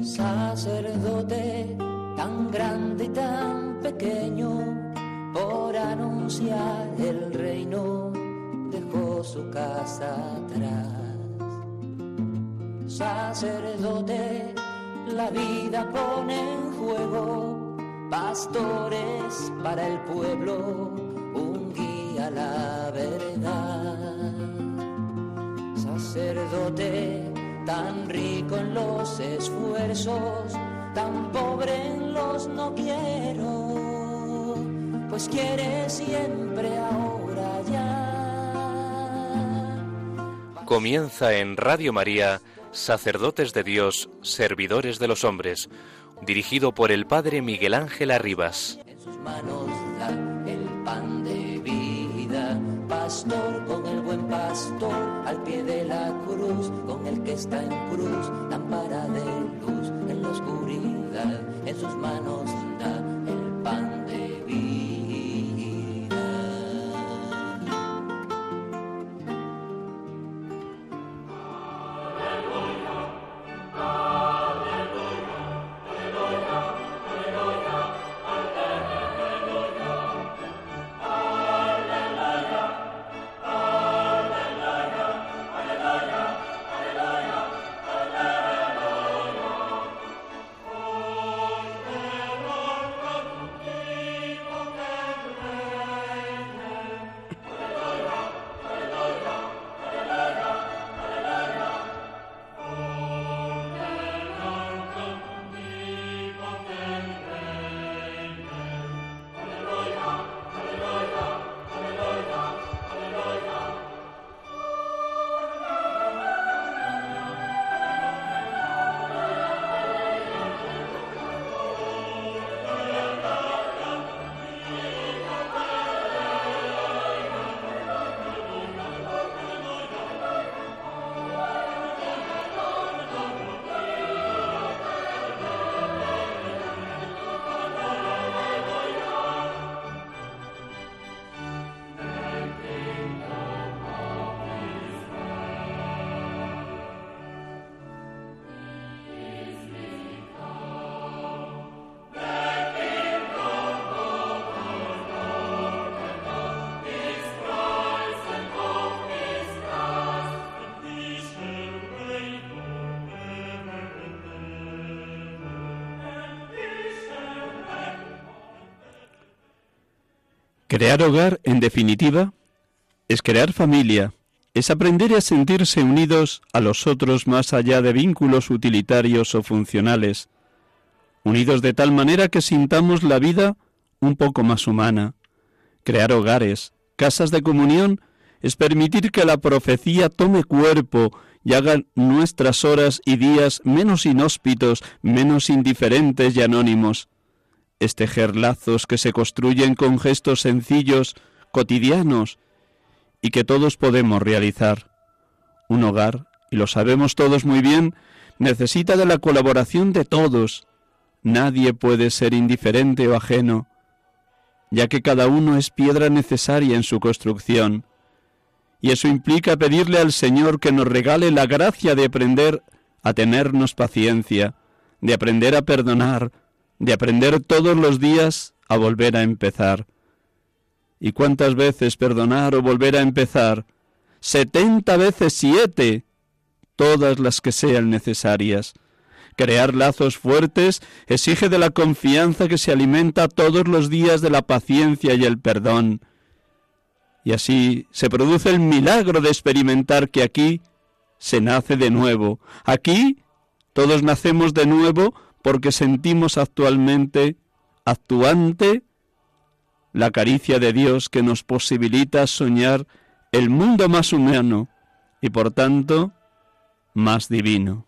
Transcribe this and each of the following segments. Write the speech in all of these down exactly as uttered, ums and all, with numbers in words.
Sacerdote tan grande y tan pequeño, por anunciar el reino dejó su casa atrás. Sacerdote, la vida pone en juego, pastores para el pueblo, un guía a la verdad. Sacerdote, tan rico en los esfuerzos, tan pobre en los no quiero, pues quiere siempre ahora ya. Comienza en Radio María, Sacerdotes de Dios, Servidores de los Hombres, dirigido por el Padre Miguel Ángel Arribas. En sus manos da el pan de vida, pastor con el buen pastor, al pie de la cruz, con el que está en cruz, lámpara de luz en la oscuridad, en sus manos da el pan de vida. Crear hogar, en definitiva, es crear familia, es aprender a sentirse unidos a los otros más allá de vínculos utilitarios o funcionales, unidos de tal manera que sintamos la vida un poco más humana. Crear hogares, casas de comunión, es permitir que la profecía tome cuerpo y haga nuestras horas y días menos inhóspitos, menos indiferentes y anónimos. Es tejer lazos que se construyen con gestos sencillos, cotidianos, y que todos podemos realizar. Un hogar, y lo sabemos todos muy bien, necesita de la colaboración de todos. Nadie puede ser indiferente o ajeno, ya que cada uno es piedra necesaria en su construcción. Y eso implica pedirle al Señor que nos regale la gracia de aprender a tenernos paciencia, de aprender a perdonar, de aprender todos los días a volver a empezar. ¿Y cuántas veces perdonar o volver a empezar? Setenta veces siete, todas las que sean necesarias. Crear lazos fuertes exige de la confianza que se alimenta todos los días de la paciencia y el perdón. Y así se produce el milagro de experimentar que aquí se nace de nuevo. Aquí todos nacemos de nuevo porque sentimos actualmente, actuante, la caricia de Dios que nos posibilita soñar el mundo más humano y por tanto más divino.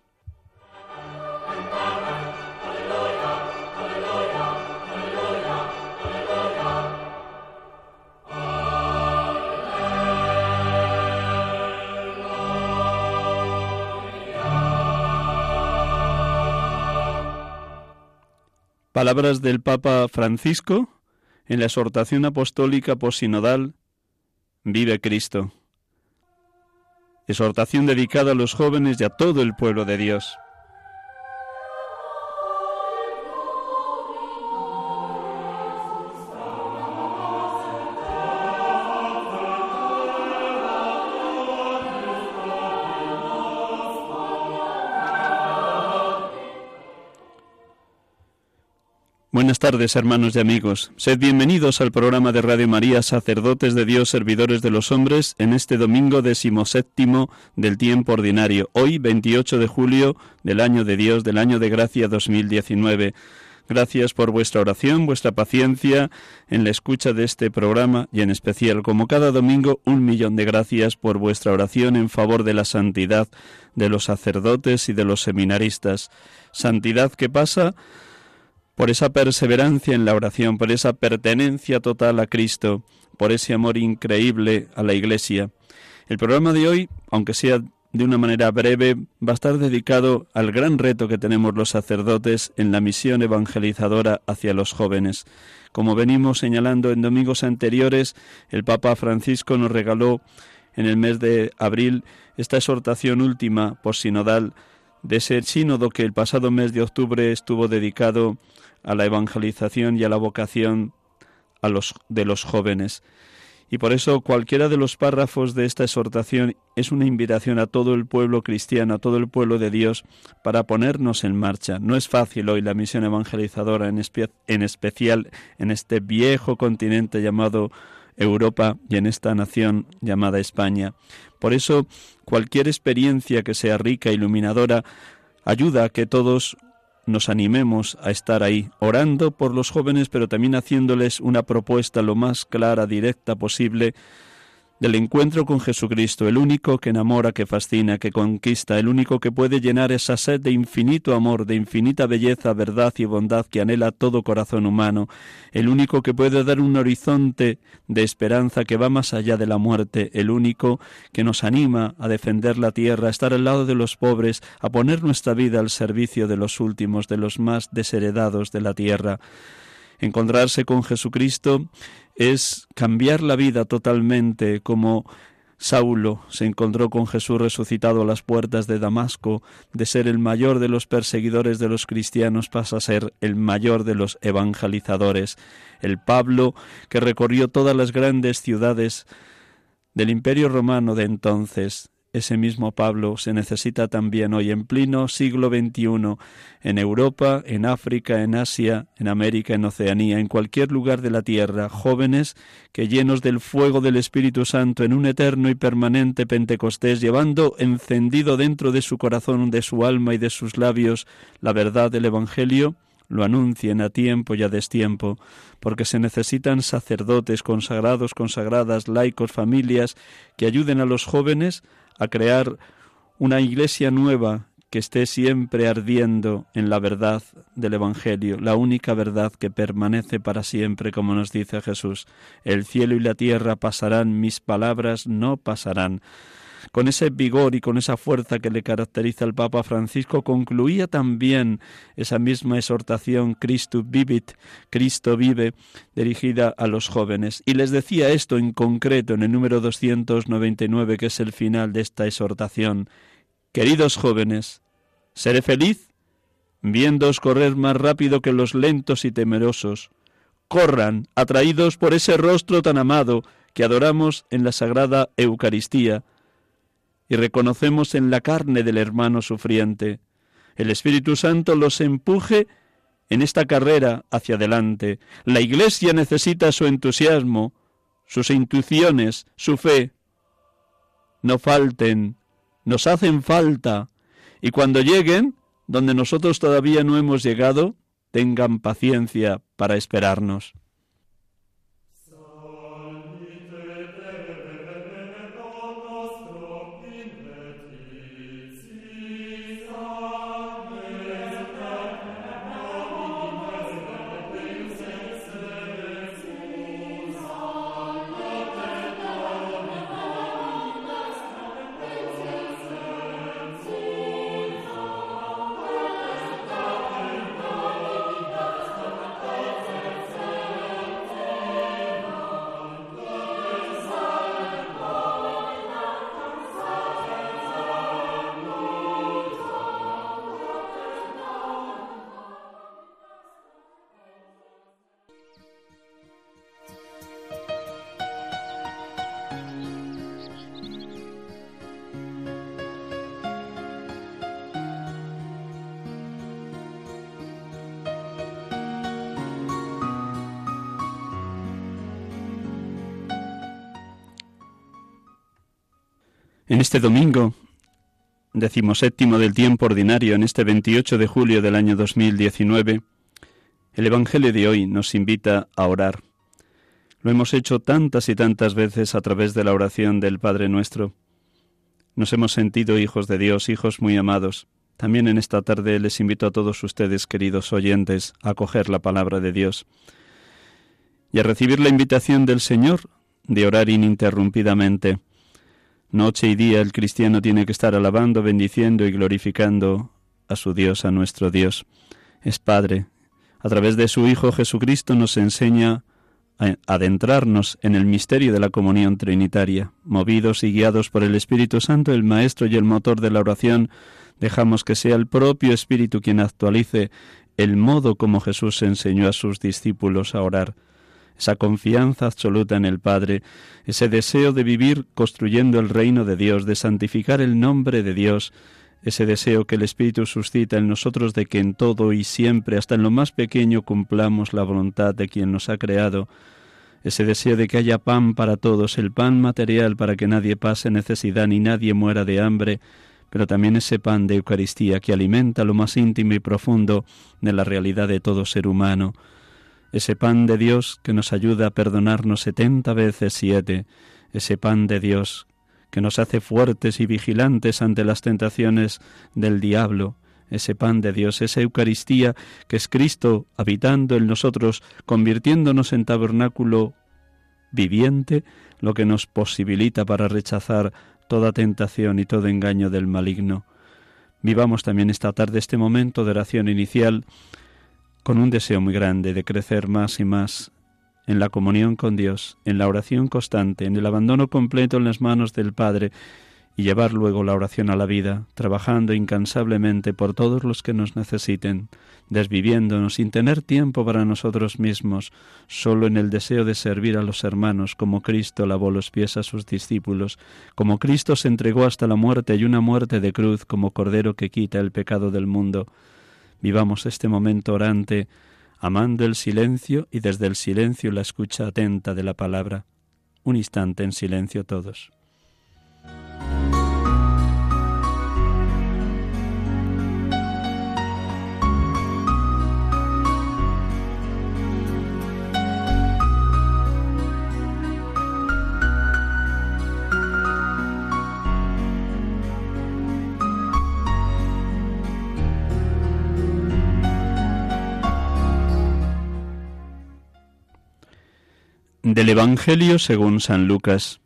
Palabras del Papa Francisco en la exhortación apostólica posinodal Vive Cristo. Exhortación dedicada a los jóvenes y a todo el pueblo de Dios. Buenas tardes, hermanos y amigos. Sed bienvenidos al programa de Radio María, Sacerdotes de Dios, Servidores de los Hombres, en este domingo decimoséptimo del tiempo ordinario, hoy veintiocho de julio del año de Dios, del año de gracia dos mil diecinueve. Gracias por vuestra oración, vuestra paciencia en la escucha de este programa y en especial, como cada domingo, un millón de gracias por vuestra oración en favor de la santidad de los sacerdotes y de los seminaristas. Santidad que pasa por esa perseverancia en la oración, por esa pertenencia total a Cristo, por ese amor increíble a la Iglesia. El programa de hoy, aunque sea de una manera breve, va a estar dedicado al gran reto que tenemos los sacerdotes en la misión evangelizadora hacia los jóvenes. Como venimos señalando en domingos anteriores, el Papa Francisco nos regaló en el mes de abril esta exhortación última posinodal de ese sínodo que el pasado mes de octubre estuvo dedicado a la evangelización y a la vocación a los, de los jóvenes. Y por eso cualquiera de los párrafos de esta exhortación es una invitación a todo el pueblo cristiano, a todo el pueblo de Dios, para ponernos en marcha. No es fácil hoy la misión evangelizadora, en, espe- en especial en este viejo continente llamado Europa y en esta nación llamada España. Por eso cualquier experiencia que sea rica, iluminadora, ayuda a que todos nos animemos a estar ahí, orando por los jóvenes, pero también haciéndoles una propuesta lo más clara, directa posible, del encuentro con Jesucristo, el único que enamora, que fascina, que conquista, el único que puede llenar esa sed de infinito amor, de infinita belleza, verdad y bondad que anhela todo corazón humano, el único que puede dar un horizonte de esperanza que va más allá de la muerte, el único que nos anima a defender la tierra, a estar al lado de los pobres, a poner nuestra vida al servicio de los últimos, de los más desheredados de la tierra. Encontrarse con Jesucristo es cambiar la vida totalmente, como Saulo se encontró con Jesús resucitado a las puertas de Damasco. De ser el mayor de los perseguidores de los cristianos pasa a ser el mayor de los evangelizadores. El Pablo, que recorrió todas las grandes ciudades del Imperio Romano de entonces, ese mismo Pablo se necesita también hoy en pleno siglo veintiuno, en Europa, en África, en Asia, en América, en Oceanía, en cualquier lugar de la tierra, jóvenes que llenos del fuego del Espíritu Santo en un eterno y permanente Pentecostés, llevando encendido dentro de su corazón, de su alma y de sus labios la verdad del Evangelio, lo anuncien a tiempo y a destiempo, porque se necesitan sacerdotes, consagrados, consagradas, laicos, familias, que ayuden a los jóvenes a crear una iglesia nueva que esté siempre ardiendo en la verdad del Evangelio, la única verdad que permanece para siempre, como nos dice Jesús. El cielo y la tierra pasarán, mis palabras no pasarán. Con ese vigor y con esa fuerza que le caracteriza al Papa Francisco, concluía también esa misma exhortación Christus vivit, Cristo vive, dirigida a los jóvenes. Y les decía esto en concreto en el número doscientos noventa y nueve, que es el final de esta exhortación: queridos jóvenes, seré feliz viéndoos correr más rápido que los lentos y temerosos. Corran, atraídos por ese rostro tan amado que adoramos en la Sagrada Eucaristía y reconocemos en la carne del hermano sufriente. El Espíritu Santo los empuje en esta carrera hacia adelante. La Iglesia necesita su entusiasmo, sus intuiciones, su fe. No falten, nos hacen falta, y cuando lleguen, donde nosotros todavía no hemos llegado, tengan paciencia para esperarnos. En este domingo, decimoséptimo del tiempo ordinario, en este veintiocho de julio del año dos mil diecinueve, el Evangelio de hoy nos invita a orar. Lo hemos hecho tantas y tantas veces a través de la oración del Padre Nuestro. Nos hemos sentido hijos de Dios, hijos muy amados. También en esta tarde les invito a todos ustedes, queridos oyentes, a acoger la palabra de Dios y a recibir la invitación del Señor de orar ininterrumpidamente. Noche y día el cristiano tiene que estar alabando, bendiciendo y glorificando a su Dios, a nuestro Dios. Es Padre. A través de su Hijo Jesucristo nos enseña a adentrarnos en el misterio de la comunión trinitaria. Movidos y guiados por el Espíritu Santo, el Maestro y el motor de la oración, dejamos que sea el propio Espíritu quien actualice el modo como Jesús enseñó a sus discípulos a orar. Esa confianza absoluta en el Padre, ese deseo de vivir construyendo el reino de Dios, de santificar el nombre de Dios, ese deseo que el Espíritu suscita en nosotros de que en todo y siempre, hasta en lo más pequeño, cumplamos la voluntad de quien nos ha creado, ese deseo de que haya pan para todos, el pan material para que nadie pase necesidad ni nadie muera de hambre, pero también ese pan de Eucaristía que alimenta lo más íntimo y profundo de la realidad de todo ser humano. Ese pan de Dios que nos ayuda a perdonarnos setenta veces siete, ese pan de Dios que nos hace fuertes y vigilantes ante las tentaciones del diablo, ese pan de Dios, esa Eucaristía que es Cristo habitando en nosotros, convirtiéndonos en tabernáculo viviente, lo que nos posibilita para rechazar toda tentación y todo engaño del maligno. Vivamos también esta tarde este momento de oración inicial con un deseo muy grande de crecer más y más en la comunión con Dios, en la oración constante, en el abandono completo en las manos del Padre y llevar luego la oración a la vida, trabajando incansablemente por todos los que nos necesiten, desviviéndonos sin tener tiempo para nosotros mismos, solo en el deseo de servir a los hermanos, como Cristo lavó los pies a sus discípulos, como Cristo se entregó hasta la muerte y una muerte de cruz como Cordero que quita el pecado del mundo. Vivamos este momento orante, amando el silencio y desde el silencio la escucha atenta de la palabra. Un instante en silencio todos. Del Evangelio según San Lucas.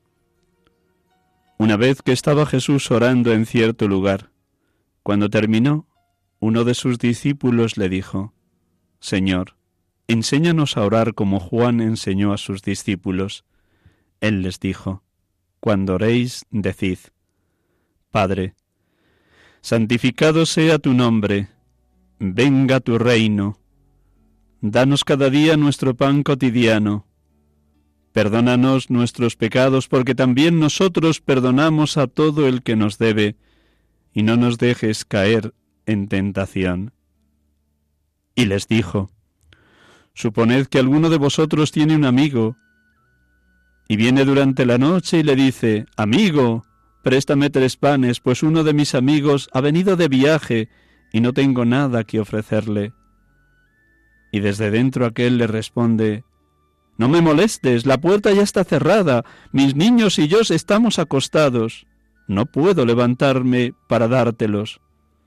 Una vez que estaba Jesús orando en cierto lugar, cuando terminó, uno de sus discípulos le dijo: Señor, enséñanos a orar como Juan enseñó a sus discípulos. Él les dijo: Cuando oréis, decid: Padre, santificado sea tu nombre, venga tu reino, danos cada día nuestro pan cotidiano. Perdónanos nuestros pecados, porque también nosotros perdonamos a todo el que nos debe, y no nos dejes caer en tentación. Y les dijo: Suponed que alguno de vosotros tiene un amigo, y viene durante la noche y le dice: Amigo, préstame tres panes, pues uno de mis amigos ha venido de viaje, y no tengo nada que ofrecerle. Y desde dentro aquel le responde: No me molestes, la puerta ya está cerrada, mis niños y yo estamos acostados, no puedo levantarme para dártelos.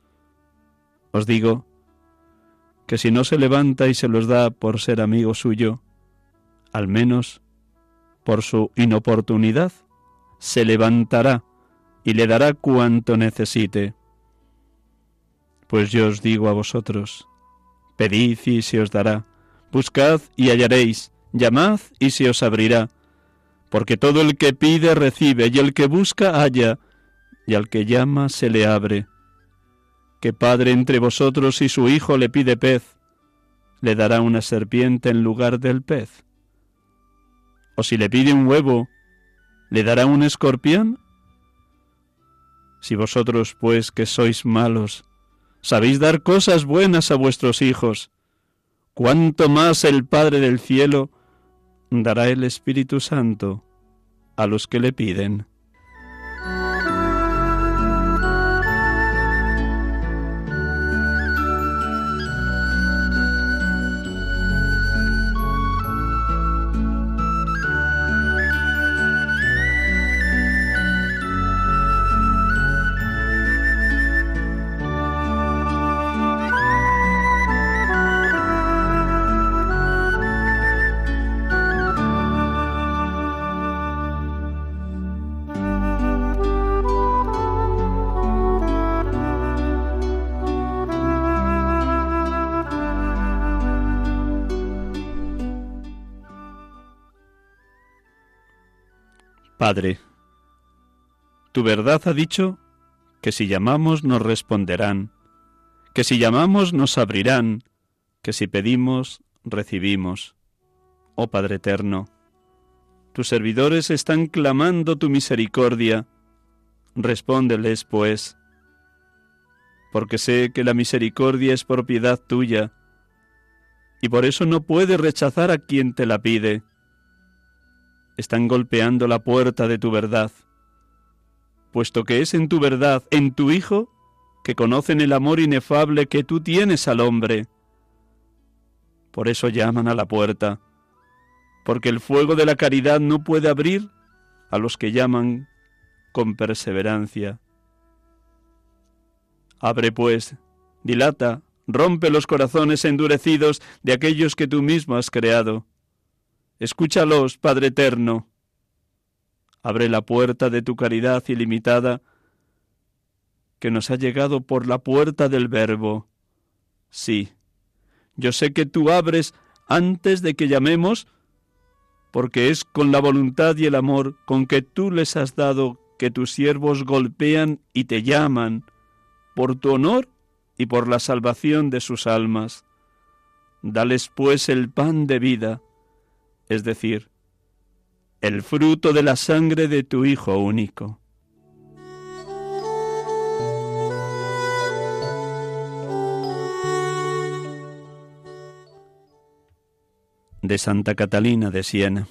Os digo que si no se levanta y se los da por ser amigo suyo, al menos por su inoportunidad, se levantará y le dará cuanto necesite. Pues yo os digo a vosotros: pedid y se os dará, buscad y hallaréis, llamad y se os abrirá, porque todo el que pide recibe, y el que busca halla, y al que llama se le abre. ¿Qué padre entre vosotros, si su hijo le pide pez, le dará una serpiente en lugar del pez? ¿O si le pide un huevo, le dará un escorpión? Si vosotros, pues, que sois malos, sabéis dar cosas buenas a vuestros hijos, ¿cuánto más el Padre del cielo dará el Espíritu Santo a los que le piden? Padre, tu verdad ha dicho que si llamamos nos responderán, que si llamamos nos abrirán, que si pedimos recibimos. Oh Padre eterno, tus servidores están clamando tu misericordia. Respóndeles, pues, porque sé que la misericordia es propiedad tuya, y por eso no puedes rechazar a quien te la pide. Están golpeando la puerta de tu verdad, puesto que es en tu verdad, en tu Hijo, que conocen el amor inefable que tú tienes al hombre. Por eso llaman a la puerta, porque el fuego de la caridad no puede abrir a los que llaman con perseverancia. Abre pues, dilata, rompe los corazones endurecidos de aquellos que tú mismo has creado. Escúchalos, Padre eterno. Abre la puerta de tu caridad ilimitada que nos ha llegado por la puerta del Verbo. Sí, yo sé que tú abres antes de que llamemos, porque es con la voluntad y el amor con que tú les has dado que tus siervos golpean y te llaman, por tu honor y por la salvación de sus almas. Dales pues el pan de vida, es decir, el fruto de la sangre de tu Hijo único. De Santa Catalina de Siena.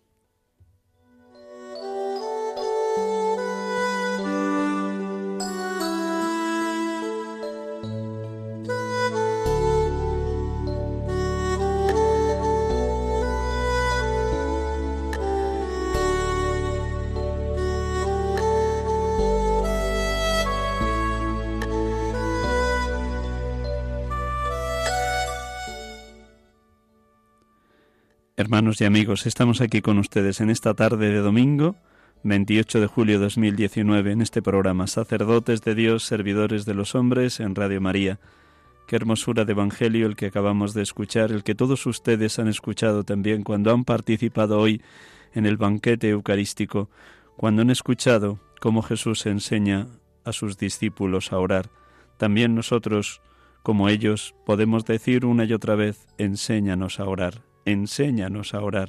Hermanos y amigos, estamos aquí con ustedes en esta tarde de domingo, veintiocho de julio de dos mil diecinueve, en este programa Sacerdotes de Dios, Servidores de los Hombres, en Radio María. Qué hermosura de evangelio el que acabamos de escuchar, el que todos ustedes han escuchado también cuando han participado hoy en el banquete eucarístico, cuando han escuchado cómo Jesús enseña a sus discípulos a orar. También nosotros, como ellos, podemos decir una y otra vez, enséñanos a orar. Enséñanos a orar.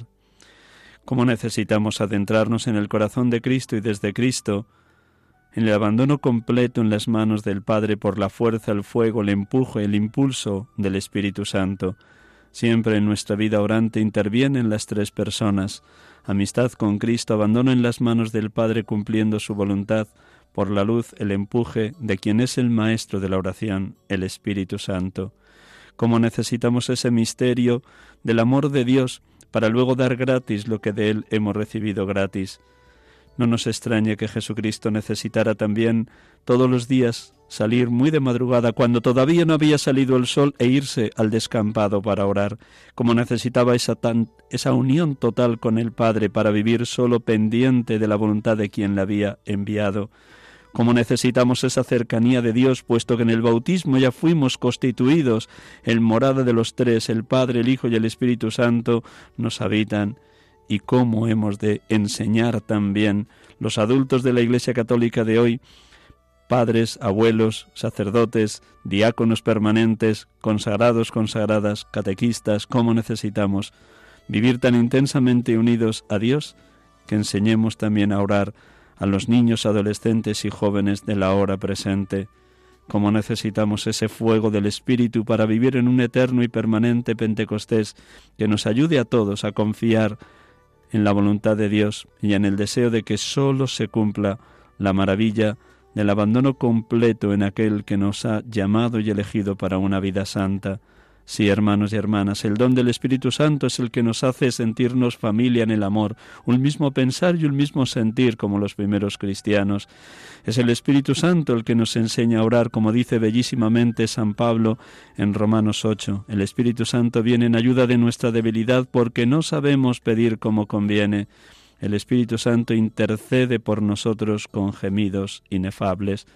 Cómo necesitamos adentrarnos en el corazón de Cristo y desde Cristo, en el abandono completo en las manos del Padre por la fuerza, el fuego, el empuje, el impulso del Espíritu Santo. Siempre en nuestra vida orante intervienen las tres personas: amistad con Cristo, abandono en las manos del Padre cumpliendo su voluntad, por la luz, el empuje de quien es el Maestro de la oración, el Espíritu Santo. Cómo necesitamos ese misterio del amor de Dios para luego dar gratis lo que de Él hemos recibido gratis. No nos extrañe que Jesucristo necesitara también todos los días salir muy de madrugada, cuando todavía no había salido el sol, e irse al descampado para orar. Como necesitaba esa, tan, esa unión total con el Padre para vivir solo pendiente de la voluntad de quien le había enviado. Como necesitamos esa cercanía de Dios, puesto que en el bautismo ya fuimos constituidos en morada de los tres, el Padre, el Hijo y el Espíritu Santo, nos habitan. Y cómo hemos de enseñar también los adultos de la Iglesia Católica de hoy, padres, abuelos, sacerdotes, diáconos permanentes, consagrados, consagradas, catequistas, cómo necesitamos vivir tan intensamente unidos a Dios, que enseñemos también a orar a los niños, adolescentes y jóvenes de la hora presente. Cómo necesitamos ese fuego del Espíritu para vivir en un eterno y permanente Pentecostés que nos ayude a todos a confiar en la voluntad de Dios y en el deseo de que sólo se cumpla la maravilla del abandono completo en aquel que nos ha llamado y elegido para una vida santa. Sí, hermanos y hermanas, el don del Espíritu Santo es el que nos hace sentirnos familia en el amor, un mismo pensar y un mismo sentir como los primeros cristianos. Es el Espíritu Santo el que nos enseña a orar, como dice bellísimamente San Pablo en Romanos ocho. El Espíritu Santo viene en ayuda de nuestra debilidad porque no sabemos pedir como conviene. El Espíritu Santo intercede por nosotros con gemidos inefables.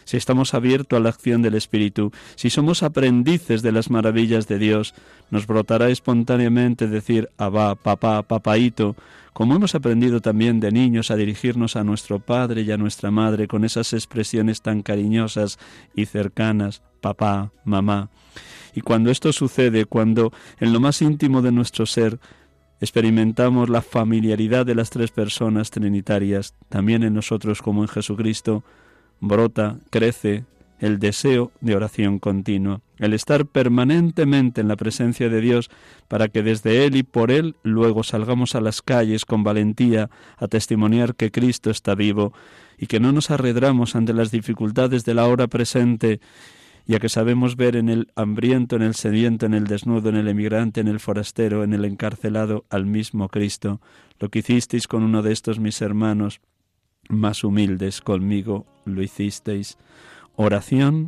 si estamos abiertos a la acción del Espíritu, si somos aprendices de las maravillas de Dios, nos brotará espontáneamente decir Abba, papá, papaíto, como hemos aprendido también de niños a dirigirnos a nuestro padre y a nuestra madre con esas expresiones tan cariñosas y cercanas, papá, mamá. Y cuando esto sucede, cuando en lo más íntimo de nuestro ser experimentamos la familiaridad de las tres personas trinitarias, también en nosotros como en Jesucristo, brota, crece el deseo de oración continua, el estar permanentemente en la presencia de Dios para que desde Él y por Él luego salgamos a las calles con valentía a testimoniar que Cristo está vivo y que no nos arredramos ante las dificultades de la hora presente, ya que sabemos ver en el hambriento, en el sediento, en el desnudo, en el emigrante, en el forastero, en el encarcelado al mismo Cristo. Lo que hicisteis con uno de estos mis hermanos más humildes, conmigo lo hicisteis. Oración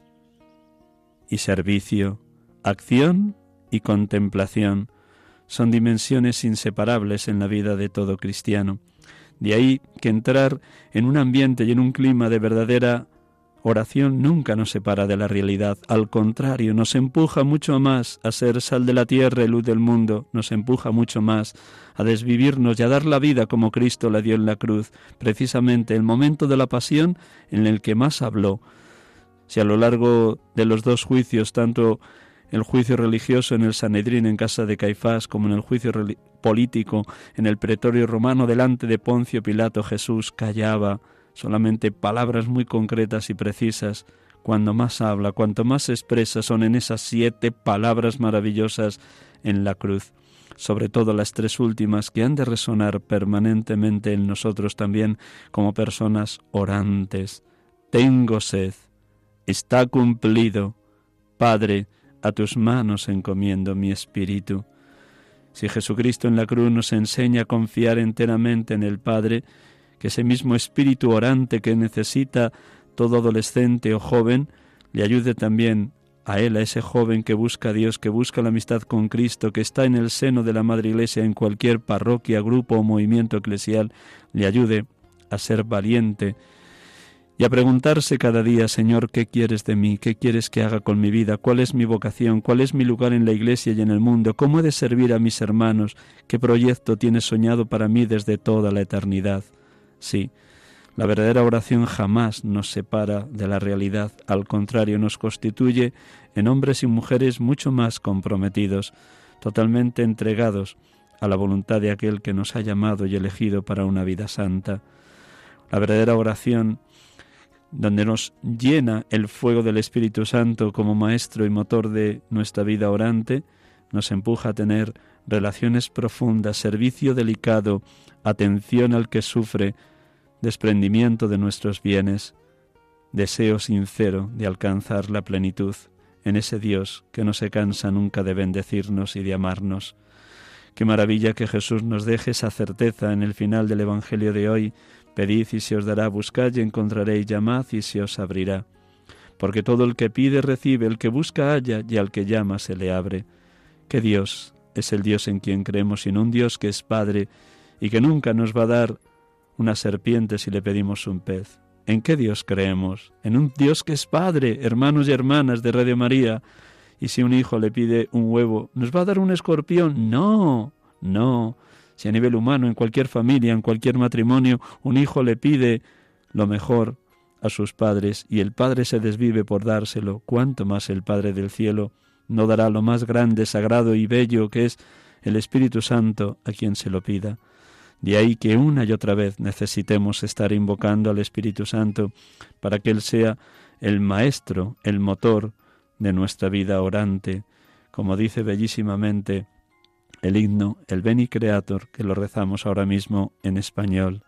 y servicio, acción y contemplación son dimensiones inseparables en la vida de todo cristiano. De ahí que entrar en un ambiente y en un clima de verdadera oración nunca nos separa de la realidad. Al contrario, nos empuja mucho más a ser sal de la tierra y luz del mundo, nos empuja mucho más a desvivirnos y a dar la vida como Cristo la dio en la cruz, precisamente el momento de la pasión en el que más habló. Si a lo largo de los dos juicios, tanto el juicio religioso en el Sanedrín en casa de Caifás como en el juicio político en el pretorio romano delante de Poncio Pilato, Jesús callaba, solamente palabras muy concretas y precisas. Cuando más habla, cuanto más expresa son en esas siete palabras maravillosas en la cruz. Sobre todo las tres últimas que han de resonar permanentemente en nosotros también como personas orantes. Tengo sed, está cumplido. Padre, a tus manos encomiendo mi espíritu. Si Jesucristo en la cruz nos enseña a confiar enteramente en el Padre, que ese mismo espíritu orante que necesita todo adolescente o joven, le ayude también a él, a ese joven que busca a Dios, que busca la amistad con Cristo, que está en el seno de la Madre Iglesia, en cualquier parroquia, grupo o movimiento eclesial, le ayude a ser valiente y a preguntarse cada día, Señor, ¿qué quieres de mí? ¿Qué quieres que haga con mi vida? ¿Cuál es mi vocación? ¿Cuál es mi lugar en la Iglesia y en el mundo? ¿Cómo he de servir a mis hermanos? ¿Qué proyecto tienes soñado para mí desde toda la eternidad? Sí, la verdadera oración jamás nos separa de la realidad, al contrario, nos constituye en hombres y mujeres mucho más comprometidos, totalmente entregados a la voluntad de aquel que nos ha llamado y elegido para una vida santa. La verdadera oración, donde nos llena el fuego del Espíritu Santo como maestro y motor de nuestra vida orante, nos empuja a tener relaciones profundas, servicio delicado, atención al que sufre, desprendimiento de nuestros bienes, deseo sincero de alcanzar la plenitud en ese Dios que no se cansa nunca de bendecirnos y de amarnos. Qué maravilla que Jesús nos deje esa certeza en el final del Evangelio de hoy: pedid y se os dará, buscad y encontraréis, llamad y se os abrirá. Porque todo el que pide recibe, el que busca halla, y al que llama se le abre. ¿Qué Dios es el Dios en quien creemos, sino un Dios que es Padre y que nunca nos va a dar una serpiente si le pedimos un pez? ¿En qué Dios creemos? En un Dios que es Padre, hermanos y hermanas de Radio María. Y si un hijo le pide un huevo, ¿nos va a dar un escorpión? No, no. Si a nivel humano, en cualquier familia, en cualquier matrimonio, un hijo le pide lo mejor a sus padres y el padre se desvive por dárselo, ¿cuánto más el Padre del cielo no dará lo más grande, sagrado y bello que es el Espíritu Santo a quien se lo pida? De ahí que una y otra vez necesitemos estar invocando al Espíritu Santo para que Él sea el maestro, el motor de nuestra vida orante, como dice bellísimamente el himno, el Veni Creator, que lo rezamos ahora mismo en español.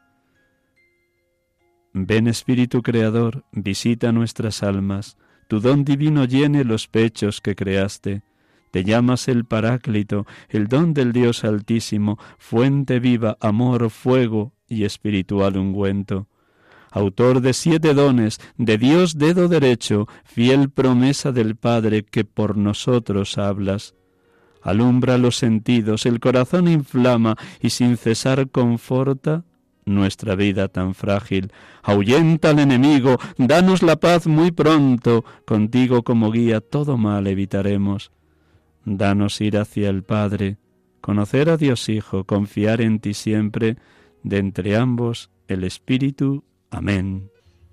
Ven Espíritu Creador, visita nuestras almas, tu don divino llene los pechos que creaste. Te llamas el Paráclito, el don del Dios Altísimo, fuente viva, amor, fuego y espiritual ungüento. Autor de siete dones, de Dios dedo derecho, fiel promesa del Padre que por nosotros hablas. Alumbra los sentidos, el corazón inflama y sin cesar conforta nuestra vida tan frágil. Ahuyenta al enemigo, danos la paz muy pronto, contigo como guía todo mal evitaremos. Danos ir hacia el Padre, conocer a Dios Hijo, confiar en ti siempre, de entre ambos el Espíritu. Amén.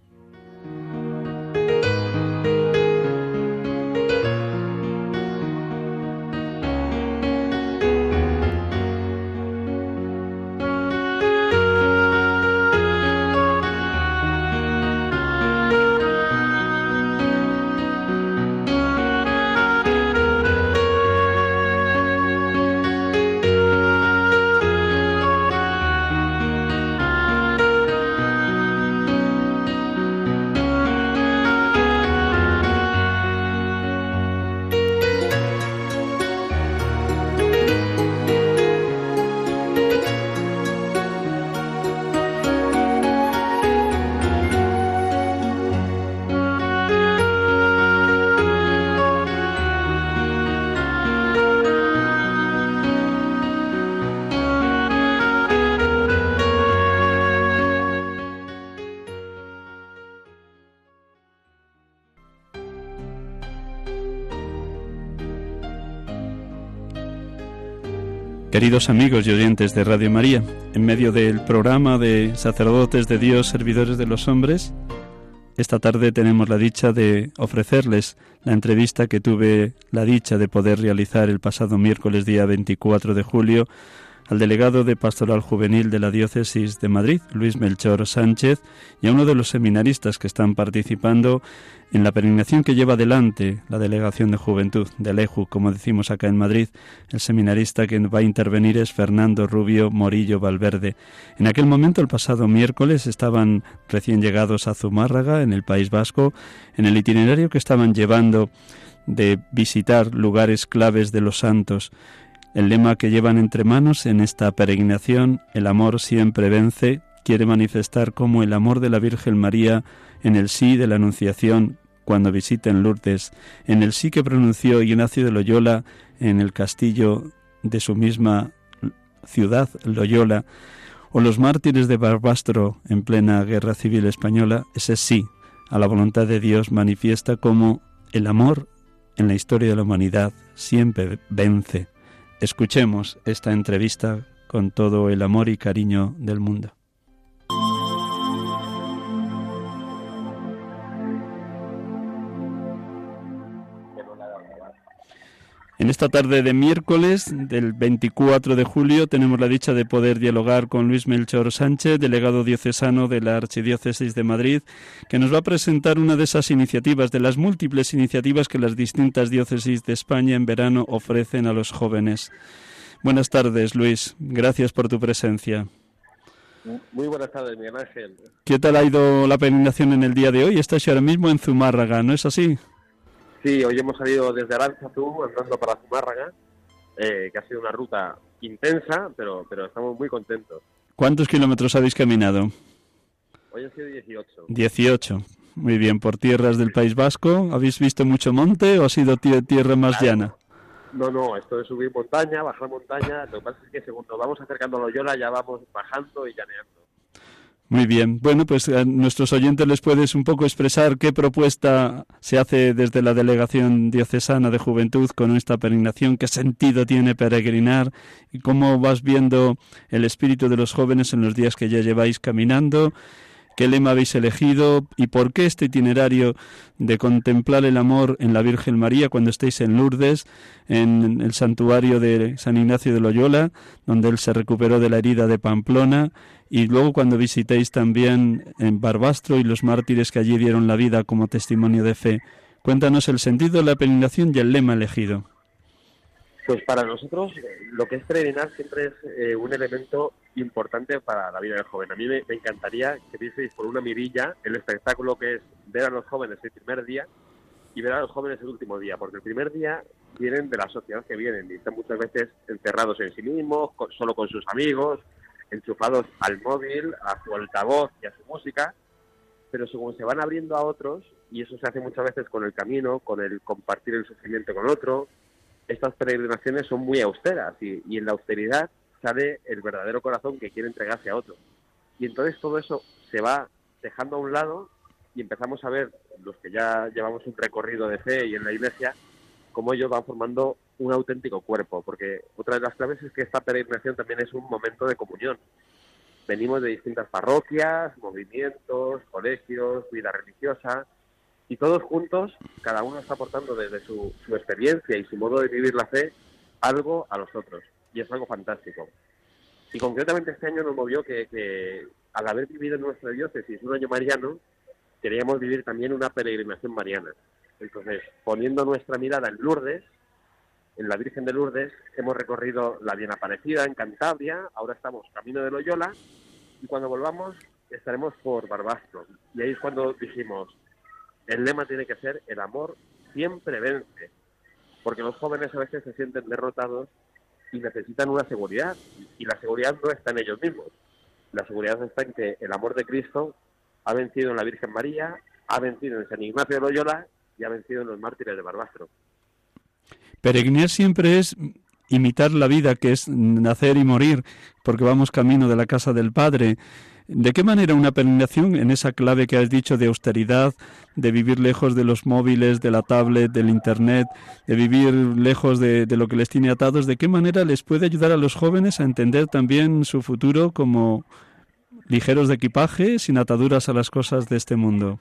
Queridos amigos y oyentes de Radio María, en medio del programa de Sacerdotes de Dios, Servidores de los Hombres, esta tarde tenemos la dicha de ofrecerles la entrevista que tuve la dicha de poder realizar el pasado miércoles día veinticuatro de julio al delegado de Pastoral Juvenil de la Diócesis de Madrid, Luis Melchor Sánchez, y a uno de los seminaristas que están participando en la peregrinación que lleva adelante la Delegación de Juventud de Aleju, como decimos acá en Madrid. El seminarista que va a intervenir es Fernando Rubio Morillo Valverde. En aquel momento, el pasado miércoles, estaban recién llegados a Zumárraga, en el País Vasco, en el itinerario que estaban llevando de visitar lugares claves de los santos. El lema que llevan entre manos en esta peregrinación, el amor siempre vence, quiere manifestar cómo el amor de la Virgen María en el sí de la Anunciación cuando visiten Lourdes, en el sí que pronunció Ignacio de Loyola en el castillo de su misma ciudad, Loyola, o los mártires de Barbastro en plena Guerra Civil Española, ese sí a la voluntad de Dios manifiesta cómo el amor en la historia de la humanidad siempre vence. Escuchemos esta entrevista con todo el amor y cariño del mundo. En esta tarde de miércoles del veinticuatro de julio tenemos la dicha de poder dialogar con Luis Melchor Sánchez, delegado diocesano de la Archidiócesis de Madrid, que nos va a presentar una de esas iniciativas, de las múltiples iniciativas que las distintas diócesis de España en verano ofrecen a los jóvenes. Buenas tardes, Luis. Gracias por tu presencia. Muy buenas tardes, Miguel Ángel. ¿Qué tal ha ido la peregrinación en el día de hoy? Estás ahora mismo en Zumárraga, ¿no es así? Sí, hoy hemos salido desde Aránzazu andando para Zumárraga, eh, que ha sido una ruta intensa, pero, pero estamos muy contentos. ¿Cuántos kilómetros habéis caminado? Hoy han sido dieciocho. dieciocho. Muy bien, por tierras del País Vasco. ¿Habéis visto mucho monte o ha sido tierra más claro. llana? No, no, esto es subir montaña, bajar montaña. Lo que pasa es que según nos vamos acercando a Loyola ya vamos bajando y llaneando. Muy bien. Bueno, pues a nuestros oyentes les puedes un poco expresar qué propuesta se hace desde la Delegación Diocesana de Juventud con esta peregrinación, qué sentido tiene peregrinar y cómo vas viendo el espíritu de los jóvenes en los días que ya lleváis caminando, qué lema habéis elegido y por qué este itinerario de contemplar el amor en la Virgen María cuando estéis en Lourdes, en el santuario de San Ignacio de Loyola, donde él se recuperó de la herida de Pamplona, y luego cuando visitéis también en Barbastro y los mártires que allí dieron la vida como testimonio de fe. Cuéntanos el sentido de la peregrinación y el lema elegido. Pues para nosotros lo que es peregrinar siempre es eh, un elemento importante para la vida del joven. A mí me, me encantaría que vieseis por una mirilla el espectáculo que es ver a los jóvenes el primer día y ver a los jóvenes el último día, porque el primer día vienen de la sociedad que vienen y están muchas veces encerrados en sí mismos, con, solo con sus amigos, enchufados al móvil, a su altavoz y a su música, pero según se van abriendo a otros, y eso se hace muchas veces con el camino, con el compartir el sufrimiento con otro, estas peregrinaciones son muy austeras y, y en la austeridad sale el verdadero corazón que quiere entregarse a otro. Y entonces todo eso se va dejando a un lado y empezamos a ver, los que ya llevamos un recorrido de fe y en la Iglesia, cómo ellos van formando un auténtico cuerpo, porque otra de las claves es que esta peregrinación también es un momento de comunión. Venimos de distintas parroquias, movimientos, colegios, vida religiosa, y todos juntos, cada uno está aportando desde su, su experiencia y su modo de vivir la fe algo a los otros, y es algo fantástico. Y concretamente este año nos movió que, que al haber vivido en nuestra diócesis un año mariano, queríamos vivir también una peregrinación mariana. Entonces, poniendo nuestra mirada en Lourdes, en la Virgen de Lourdes, hemos recorrido la Bien Aparecida en Cantabria, ahora estamos camino de Loyola, y cuando volvamos estaremos por Barbastro. Y ahí es cuando dijimos, el lema tiene que ser: el amor siempre vence, porque los jóvenes a veces se sienten derrotados y necesitan una seguridad, y la seguridad no está en ellos mismos. La seguridad está en que el amor de Cristo ha vencido en la Virgen María, ha vencido en San Ignacio de Loyola y ha vencido en los mártires de Barbastro. Peregrinar siempre es imitar la vida, que es nacer y morir, porque vamos camino de la casa del Padre. ¿De qué manera una peregrinación, en esa clave que has dicho de austeridad, de vivir lejos de los móviles, de la tablet, del internet, de vivir lejos de, de lo que les tiene atados, de qué manera les puede ayudar a los jóvenes a entender también su futuro como ligeros de equipaje, sin ataduras a las cosas de este mundo?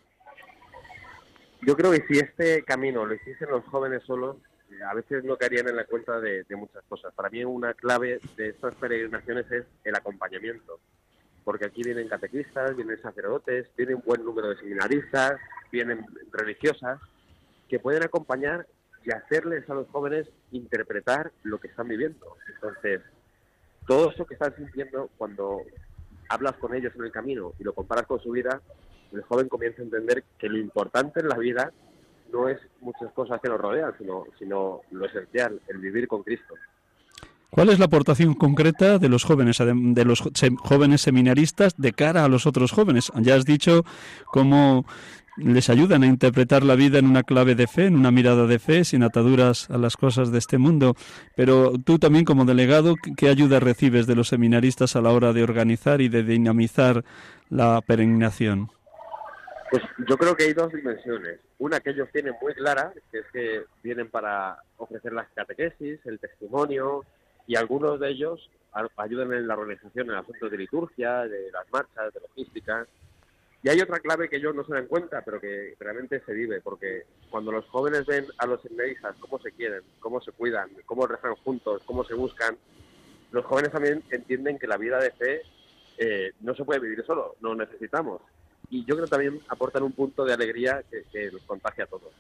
Yo creo que si este camino lo hiciesen los jóvenes solos, a veces no caerían en la cuenta de, de muchas cosas. Para mí una clave de estas peregrinaciones es el acompañamiento, porque aquí vienen catequistas, vienen sacerdotes, viene un buen número de seminaristas, vienen religiosas, que pueden acompañar y hacerles a los jóvenes interpretar lo que están viviendo. Entonces, todo eso que están sintiendo, cuando hablas con ellos en el camino y lo comparas con su vida, el joven comienza a entender que lo importante en la vida no es muchas cosas que nos rodean, sino, sino lo esencial, el vivir con Cristo. ¿Cuál es la aportación concreta de los jóvenes, de los jóvenes seminaristas de cara a los otros jóvenes? Ya has dicho cómo les ayudan a interpretar la vida en una clave de fe, en una mirada de fe, sin ataduras a las cosas de este mundo. Pero tú también, como delegado, ¿qué ayuda recibes de los seminaristas a la hora de organizar y de dinamizar la peregrinación? Pues yo creo que hay dos dimensiones. Una que ellos tienen muy clara, que es que vienen para ofrecer las catequesis, el testimonio, y algunos de ellos ayudan en la organización en asuntos de liturgia, de las marchas, de logística. Y hay otra clave que ellos no se dan cuenta, pero que realmente se vive, porque cuando los jóvenes ven a los seminaristas cómo se quieren, cómo se cuidan, cómo rezan juntos, cómo se buscan, los jóvenes también entienden que la vida de fe eh, no se puede vivir solo, lo necesitamos. Y yo creo que también aportan un punto de alegría que, que nos contagia a todos.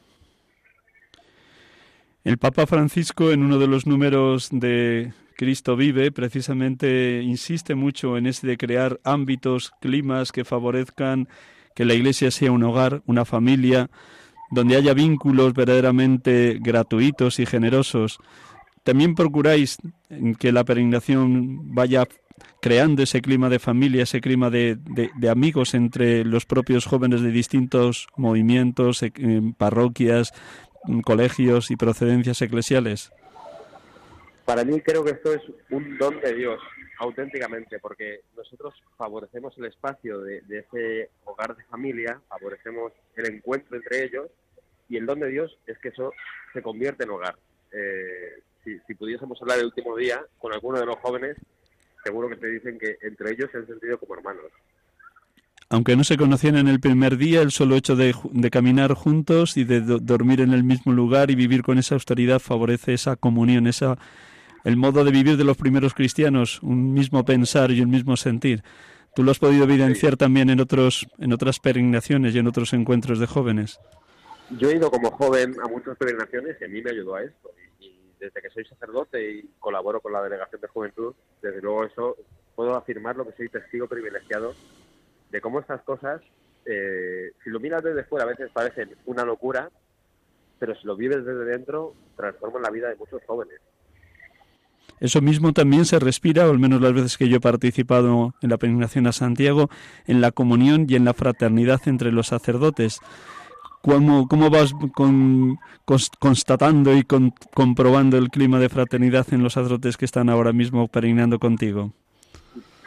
El Papa Francisco, en uno de los números de Cristo Vive, precisamente insiste mucho en ese de crear ámbitos, climas que favorezcan que la Iglesia sea un hogar, una familia, donde haya vínculos verdaderamente gratuitos y generosos. También procuráis que la peregrinación vaya creando ese clima de familia, ese clima de, de, de amigos entre los propios jóvenes de distintos movimientos, eh, parroquias, colegios y procedencias eclesiales. Para mí creo que esto es un don de Dios, auténticamente, porque nosotros favorecemos el espacio de, de ese hogar de familia, favorecemos el encuentro entre ellos, y el don de Dios es que eso se convierte en hogar. Eh, si, si pudiésemos hablar el último día con alguno de los jóvenes, seguro que te dicen que entre ellos se han sentido como hermanos. Aunque no se conocían en el primer día, el solo hecho de, de caminar juntos y de do, dormir en el mismo lugar y vivir con esa austeridad favorece esa comunión, esa el modo de vivir de los primeros cristianos, un mismo pensar y un mismo sentir. ¿Tú lo has podido evidenciar sí. también en otros en otras peregrinaciones y en otros encuentros de jóvenes? Yo he ido como joven a muchas peregrinaciones y a mí me ayudó a esto. Y, y desde que soy sacerdote y colaboro con la Delegación de Juventud, desde luego eso puedo afirmar lo que soy testigo privilegiado de cómo estas cosas, eh, si lo miras desde fuera, a veces parecen una locura, pero si lo vives desde dentro, transforman la vida de muchos jóvenes. Eso mismo también se respira, o al menos las veces que yo he participado en la peregrinación a Santiago, en la comunión y en la fraternidad entre los sacerdotes. ¿Cómo, cómo vas con, constatando y con, comprobando el clima de fraternidad en los sacerdotes que están ahora mismo peregrinando contigo?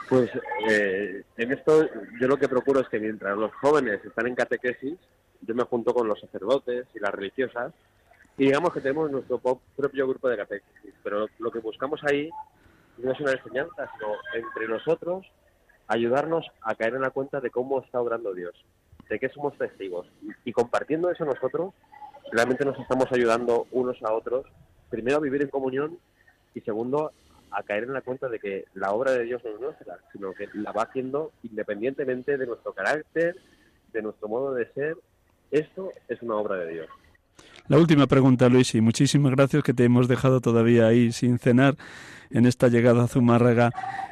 Pues eh, en esto yo lo que procuro es que mientras los jóvenes están en catequesis, yo me junto con los sacerdotes y las religiosas y digamos que tenemos nuestro po- propio grupo de catequesis, pero lo, lo que buscamos ahí no es una enseñanza, sino entre nosotros ayudarnos a caer en la cuenta de cómo está obrando Dios, de que somos testigos. Y, y compartiendo eso nosotros, realmente nos estamos ayudando unos a otros, primero a vivir en comunión y segundo a caer en la cuenta de que la obra de Dios no es nuestra, sino que la va haciendo independientemente de nuestro carácter, de nuestro modo de ser. Esto es una obra de Dios. La última pregunta, Luis, y muchísimas gracias que te hemos dejado todavía ahí sin cenar en esta llegada a Zumárraga.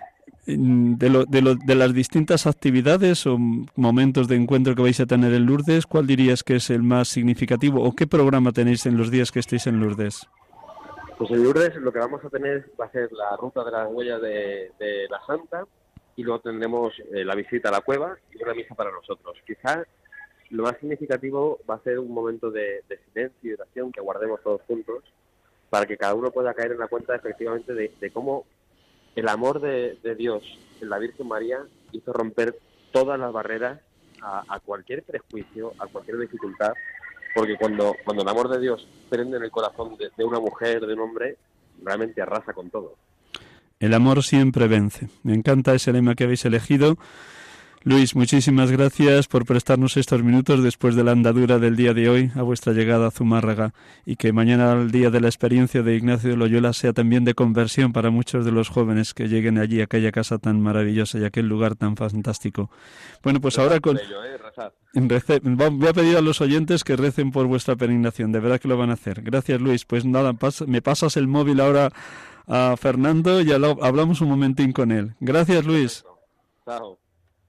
De, lo, de, lo, de las distintas actividades o momentos de encuentro que vais a tener en Lourdes, ¿cuál dirías que es el más significativo o qué programa tenéis en los días que estéis en Lourdes? Pues en Lourdes lo que vamos a tener va a ser la ruta de las huellas de, de la Santa y luego tendremos eh, la visita a la cueva y una misa para nosotros. Quizás lo más significativo va a ser un momento de, de silencio y oración que guardemos todos juntos para que cada uno pueda caer en la cuenta efectivamente de, de cómo el amor de, de Dios en la Virgen María hizo romper todas las barreras a, a cualquier prejuicio, a cualquier dificultad, porque cuando, cuando el amor de Dios prende en el corazón de, de una mujer, de un hombre, realmente arrasa con todo. El amor siempre vence. Me encanta ese lema que habéis elegido. Luis, muchísimas gracias por prestarnos estos minutos después de la andadura del día de hoy a vuestra llegada a Zumárraga y que mañana, el día de la experiencia de Ignacio de Loyola, sea también de conversión para muchos de los jóvenes que lleguen allí a aquella casa tan maravillosa y a aquel lugar tan fantástico. Bueno, pues ahora con... Ello, ¿eh? Rece... voy a pedir a los oyentes que recen por vuestra peregrinación, de verdad que lo van a hacer. Gracias, Luis. Pues nada, pas... me pasas el móvil ahora a Fernando y hablamos un momentín con él. Gracias, Luis. Chao.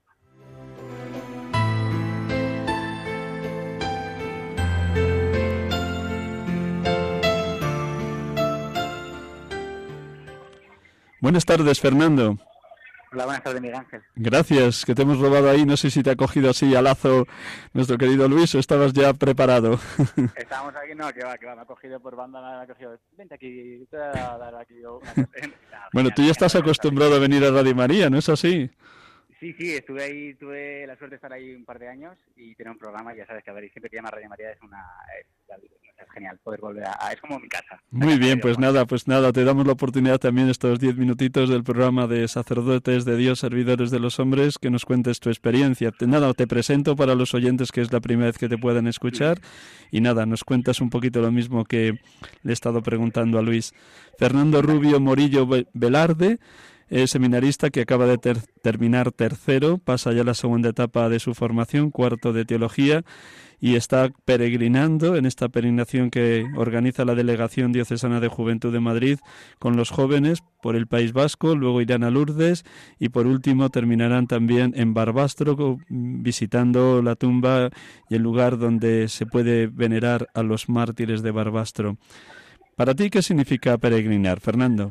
Buenas tardes, Fernando. Hola, buenas tardes, Miguel Ángel. Gracias, que te hemos robado ahí. No sé si te ha cogido así a lazo nuestro querido Luis o estabas ya preparado. Estábamos aquí, no, que va, que va, me ha cogido por banda, me ha cogido, vente aquí, te voy a dar aquí una cosa. Bueno, tú ya estás acostumbrado a venir a Radio María, ¿no es así? Sí, sí, estuve ahí, tuve la suerte de estar ahí un par de años y tener un programa, ya sabes que a ver, y siempre que llama Radio María es una es, es genial poder volver a, a, es como mi casa. Muy bien, pues nada, pues nada, te damos la oportunidad también estos diez minutitos del programa de Sacerdotes de Dios, Servidores de los Hombres, que nos cuentes tu experiencia. Te, nada, te presento para los oyentes que es la primera vez que te pueden escuchar y nada, nos cuentas un poquito lo mismo que le he estado preguntando a Luis. Fernando Rubio Morillo Velarde, es seminarista que acaba de ter- terminar tercero, pasa ya la segunda etapa de su formación, cuarto de teología, y está peregrinando en esta peregrinación que organiza la Delegación Diocesana de Juventud de Madrid con los jóvenes por el País Vasco, luego irán a Lourdes y por último terminarán también en Barbastro visitando la tumba y el lugar donde se puede venerar a los mártires de Barbastro. ¿Para ti qué significa peregrinar, Fernando?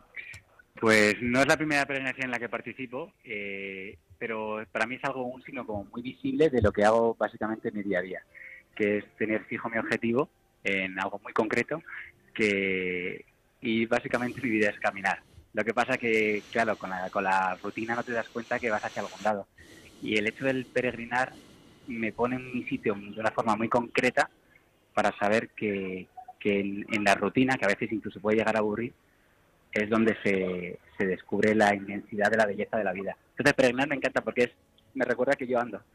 Pues no es la primera peregrinación en la que participo, eh, pero para mí es algo, un signo como muy visible de lo que hago básicamente en mi día a día, que es tener fijo mi objetivo en algo muy concreto, que y básicamente mi vida es caminar. Lo que pasa que, claro, con la, con la rutina no te das cuenta que vas hacia algún lado. Y el hecho del peregrinar me pone en mi sitio de una forma muy concreta para saber que, que en, en la rutina, que a veces incluso puede llegar a aburrir, es donde se, se descubre la inmensidad de la belleza de la vida. Entonces, peregrinar me encanta porque es me recuerda que yo ando.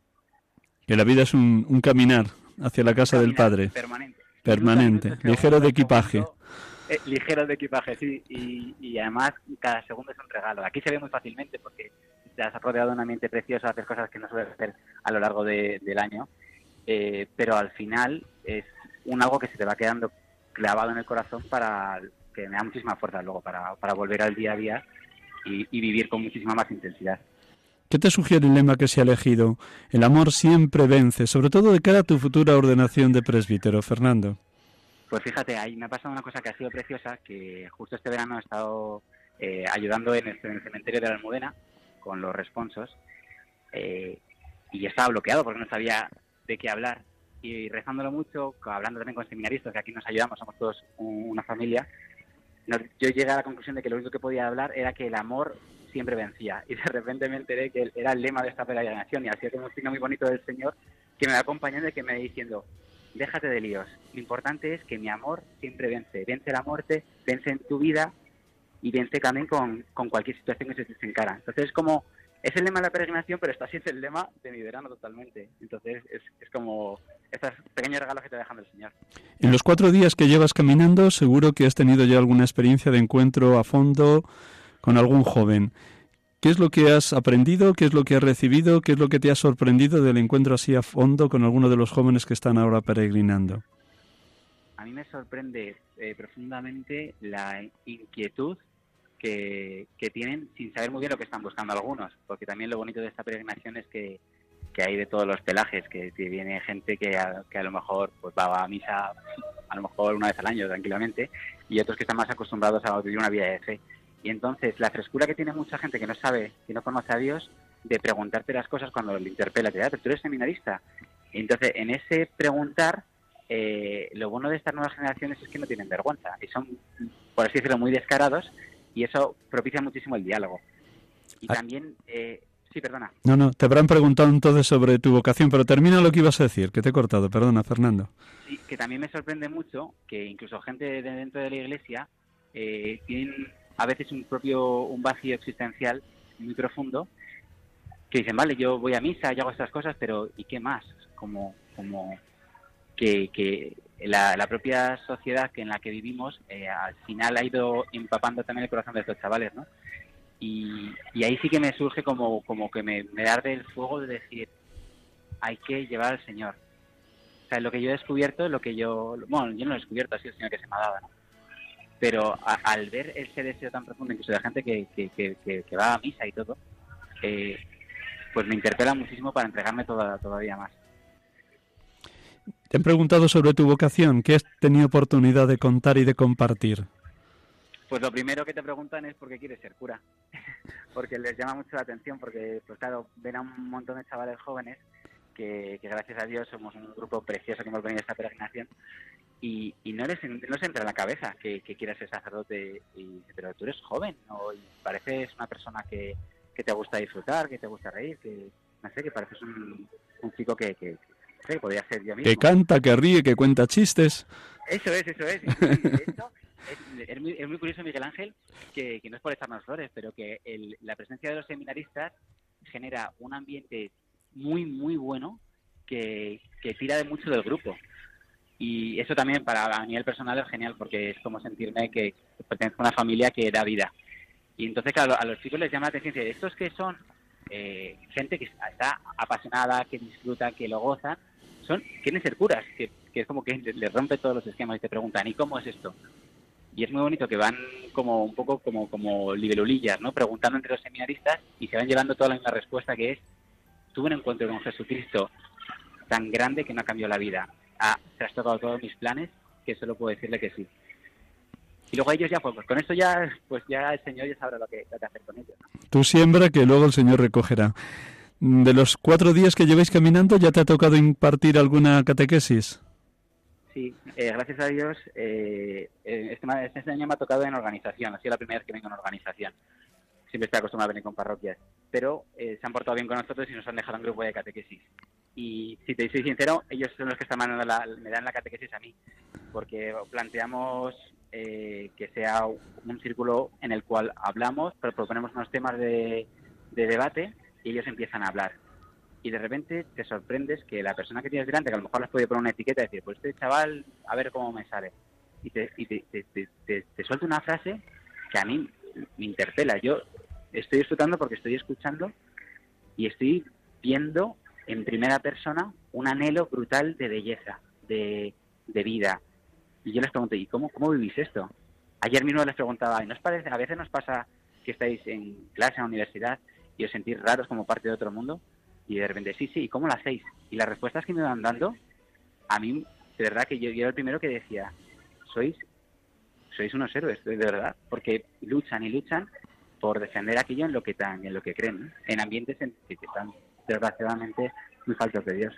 Que la vida es un, un caminar hacia la casa del Padre. Permanente. Permanente, ligero de equipaje. Segundo, eh, ligero de equipaje, sí. Y, y además, cada segundo es un regalo. Aquí se ve muy fácilmente porque te has rodeado de un ambiente precioso, haces cosas que no sueles hacer a lo largo de, del año. Eh, pero al final es un algo que se te va quedando clavado en el corazón para... que me da muchísima fuerza luego para, para volver al día a día y, y vivir con muchísima más intensidad. ¿Qué te sugiere el lema que se ha elegido? El amor siempre vence, sobre todo de cara a tu futura ordenación de presbítero, Fernando. Pues fíjate, ahí me ha pasado una cosa que ha sido preciosa, que justo este verano he estado eh, ayudando en el, en el cementerio de la Almudena con los responsos eh, y estaba bloqueado porque no sabía de qué hablar. Y rezándolo mucho, hablando también con seminaristas, que aquí nos ayudamos, somos todos una familia, yo llegué a la conclusión de que lo único que podía hablar era que el amor siempre vencía. Y de repente me enteré que era el lema de esta peregrinación, y así como un signo muy bonito del Señor que me va acompañando y que me va diciendo: déjate de líos, lo importante es que mi amor siempre vence, vence la muerte, vence en tu vida y vence también con, con cualquier situación que se te encara. Entonces es como, es el lema de la peregrinación, pero está siendo el lema de mi verano totalmente. Entonces es, es como estos pequeños regalos que te dejan del Señor. En los cuatro días que llevas caminando, seguro que has tenido ya alguna experiencia de encuentro a fondo con algún joven. ¿Qué es lo que has aprendido? ¿Qué es lo que has recibido? ¿Qué es lo que te ha sorprendido del encuentro así a fondo con alguno de los jóvenes que están ahora peregrinando? A mí me sorprende eh, profundamente la inquietud que, que tienen sin saber muy bien lo que están buscando algunos, porque también lo bonito de esta peregrinación es que, que hay de todos los pelajes, que, que viene gente que a, que a lo mejor pues va a misa a lo mejor una vez al año tranquilamente, y otros que están más acostumbrados a vivir una vida de fe. Y entonces la frescura que tiene mucha gente que no sabe, que no conoce a Dios, de preguntarte las cosas cuando le interpela, te da, pero tú eres seminarista. Y entonces en ese preguntar, eh, lo bueno de estas nuevas generaciones es que no tienen vergüenza y son, por así decirlo, muy descarados, y eso propicia muchísimo el diálogo. Y ah. también, eh, sí, perdona. No, no, te habrán preguntado entonces sobre tu vocación, pero termina lo que ibas a decir, que te he cortado, perdona, Fernando. Sí, que también me sorprende mucho que incluso gente de dentro de la iglesia eh, tienen a veces un propio un vacío existencial muy profundo, que dicen, vale, yo voy a misa, yo hago estas cosas, pero ¿y qué más? Como como que, que la, la propia sociedad que en la que vivimos eh, al final ha ido empapando también el corazón de estos chavales, ¿no? Y, y ahí sí que me surge como como que me, me arde el fuego de decir, hay que llevar al Señor. O sea, lo que yo he descubierto, lo que yo... Bueno, yo no lo he descubierto, ha sido el Señor que se me ha dado, ¿no? Pero a, al ver ese deseo tan profundo, incluso de la gente que, que, que, que, que va a misa y todo, eh, pues me interpela muchísimo para entregarme toda, todavía más. Te han preguntado sobre tu vocación. ¿Qué has tenido oportunidad de contar y de compartir? Pues lo primero que te preguntan es por qué quieres ser cura. Porque les llama mucho la atención, porque, pues claro, ven a un montón de chavales jóvenes que, que gracias a Dios somos un grupo precioso que hemos venido a esta peregrinación. Y, y no les no les entra en la cabeza que, que quieras ser sacerdote, y, pero tú eres joven, ¿no? Y pareces una persona que, que te gusta disfrutar, que te gusta reír, que no sé, que pareces un, un chico que, que, que, que podría ser yo mismo. Que canta, que ríe, que cuenta chistes. Eso es, eso es. Y, y de hecho, es, es, muy, es muy curioso, Miguel Ángel, que, que no es por echarnos flores, pero que el, la presencia de los seminaristas genera un ambiente muy, muy bueno que, que tira de mucho del grupo. Y eso también para a nivel personal es genial, porque es como sentirme que pertenezco a una familia que da vida. Y entonces, claro, a los chicos les llama la atención de estos que son eh, gente que está apasionada, que disfruta, que lo goza, son quieren ser curas, que, que es como que les rompe todos los esquemas y te preguntan, ¿y cómo es esto? Y es muy bonito que van como un poco como, como libelulillas, ¿no? Preguntando entre los seminaristas y se van llevando toda la misma respuesta, que es: tuve un encuentro con Jesucristo tan grande que me ha cambiado la vida. Ah, te has tocado todos mis planes, que solo puedo decirle que sí. Y luego ellos ya, pues, pues con esto ya, pues ya el Señor ya sabrá lo que, lo que hacer con ellos, ¿no? Tú siembra, que luego el Señor recogerá. De los cuatro días que lleváis caminando, ¿ya te ha tocado impartir alguna catequesis? Sí, eh, gracias a Dios, eh, este, este año me ha tocado en organización. Ha sido la primera vez que vengo en organización. Siempre estoy acostumbrado a venir con parroquias. Pero eh, se han portado bien con nosotros y nos han dejado un grupo de catequesis. Y si te soy sincero, ellos son los que están mandando la, me dan la catequesis a mí, porque planteamos eh, que sea un círculo en el cual hablamos, pero proponemos unos temas de, de debate y ellos empiezan a hablar. Y de repente te sorprendes que la persona que tienes delante, que a lo mejor les puede poner una etiqueta y decir, pues este chaval, a ver cómo me sale. Y te, y te, te, te, te, te suelta una frase que a mí me interpela. Yo estoy disfrutando porque estoy escuchando y estoy viendo en primera persona un anhelo brutal de belleza, de, de vida. Y yo les pregunto, ¿y cómo, cómo vivís esto? Ayer mismo les preguntaba, ¿y no os parece, a veces nos pasa que estáis en clase, en la universidad, y os sentís raros como parte de otro mundo? Y de repente, sí, sí, ¿y cómo lo hacéis? Y las respuestas que me van dando, a mí, de verdad que yo, yo era el primero que decía, sois, sois unos héroes, de verdad, porque luchan y luchan por defender aquello en lo que, en lo que creen, ¿no? En ambientes en que están desgraciadamente muy faltos de Dios.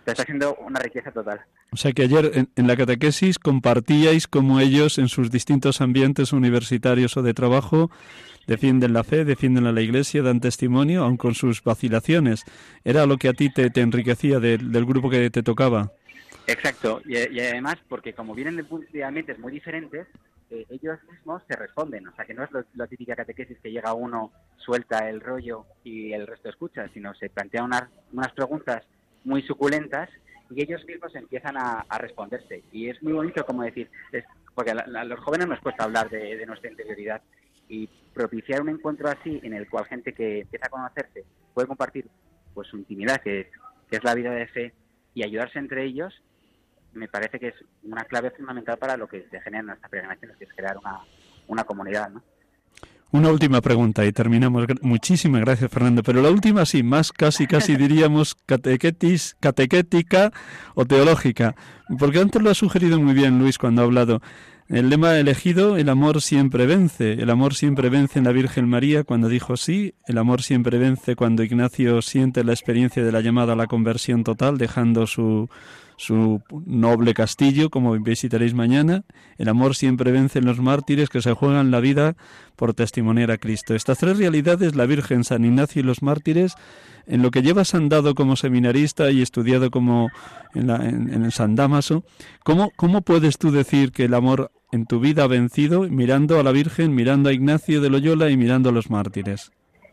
Pero está siendo una riqueza total. O sea que ayer en, en la catequesis compartíais cómo ellos en sus distintos ambientes universitarios o de trabajo defienden la fe, defienden a la Iglesia, dan testimonio, aun con sus vacilaciones. ¿Era lo que a ti te, te enriquecía de, del grupo que te tocaba? Exacto, y, y además porque como vienen de, de ambientes muy diferentes, eh, ellos mismos se responden. O sea que no es lo, la típica catequesis que llega uno, suelta el rollo y el resto escucha, sino se plantean unas, unas preguntas muy suculentas y ellos mismos empiezan a, a responderse. Y es muy bonito como decir, es, porque a, a los jóvenes nos cuesta hablar de, de nuestra interioridad, y propiciar un encuentro así en el cual gente que empieza a conocerse puede compartir pues su intimidad, que es, que es la vida de fe, y ayudarse entre ellos, me parece que es una clave fundamental para lo que se genera en nuestra peregrinación, que es crear una, una comunidad, ¿no? Una última pregunta y terminamos. Muchísimas gracias, Fernando. Pero la última sí, más casi, casi diríamos catequetis, catequética o teológica. Porque antes lo ha sugerido muy bien Luis cuando ha hablado. El lema elegido, el amor siempre vence. El amor siempre vence en la Virgen María cuando dijo sí. El amor siempre vence cuando Ignacio siente la experiencia de la llamada a la conversión total, dejando su... su noble castillo, como visitaréis mañana. El amor siempre vence en los mártires que se juegan la vida por testimoniar a Cristo. Estas tres realidades, la Virgen, San Ignacio y los mártires, en lo que llevas andado como seminarista y estudiado como en, la, en, en el San Dámaso, ¿cómo, ¿cómo puedes tú decir que el amor en tu vida ha vencido mirando a la Virgen, mirando a Ignacio de Loyola y mirando a los mártires?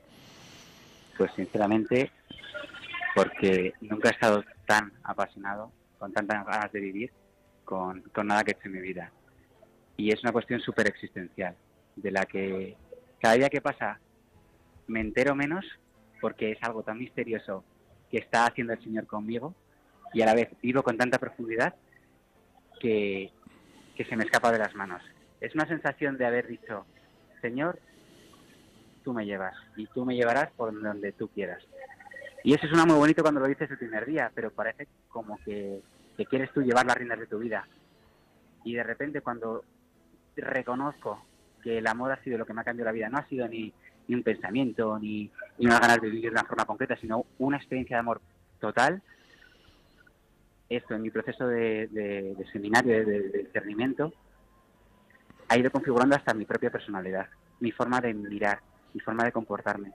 Pues sinceramente, porque nunca he estado tan apasionado, con tantas ganas de vivir, con, con nada que he hecho en mi vida. Y es una cuestión súper existencial, de la que cada día que pasa me entero menos, porque es algo tan misterioso que está haciendo el Señor conmigo, y a la vez vivo con tanta profundidad que, que se me escapa de las manos. Es una sensación de haber dicho, Señor, tú me llevas, y tú me llevarás por donde tú quieras. Y eso suena muy bonito cuando lo dices el primer día, pero parece como que, que quieres tú llevar las riendas de tu vida. Y de repente cuando reconozco que el amor ha sido lo que me ha cambiado la vida, no ha sido ni, ni un pensamiento, ni, ni unas ganas de vivir de una forma concreta, sino una experiencia de amor total, esto en mi proceso de, de, de seminario, de, de, de discernimiento, ha ido configurando hasta mi propia personalidad, mi forma de mirar, mi forma de comportarme.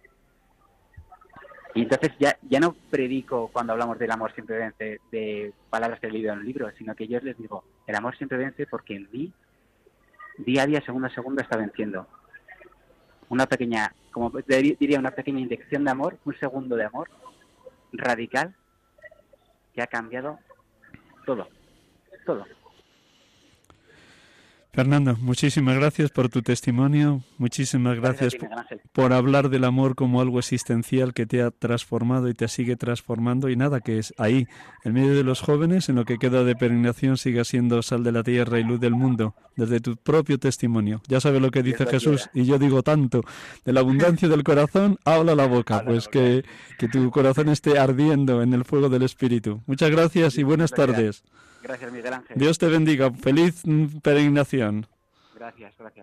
Y entonces ya, ya no predico cuando hablamos del amor siempre vence de palabras que he leído en un libro, sino que yo les digo, el amor siempre vence porque en mí, día a día, segundo a segundo, está venciendo. Una pequeña, como diría, una pequeña inyección de amor, un segundo de amor radical que ha cambiado todo, todo. Fernando, muchísimas gracias por tu testimonio, muchísimas gracias, gracias por, por hablar del amor como algo existencial que te ha transformado y te sigue transformando, y nada, que es ahí, en medio de los jóvenes, en lo que queda de peregrinación, siga siendo sal de la tierra y luz del mundo, desde tu propio testimonio. Ya sabes lo que dice Jesús, y yo digo tanto, de la abundancia del corazón habla la boca, habla pues la boca. Que, que tu corazón esté ardiendo en el fuego del Espíritu. Muchas gracias y buenas tardes. Gracias, Miguel Ángel. Dios te bendiga. Feliz peregrinación. Gracias, gracias.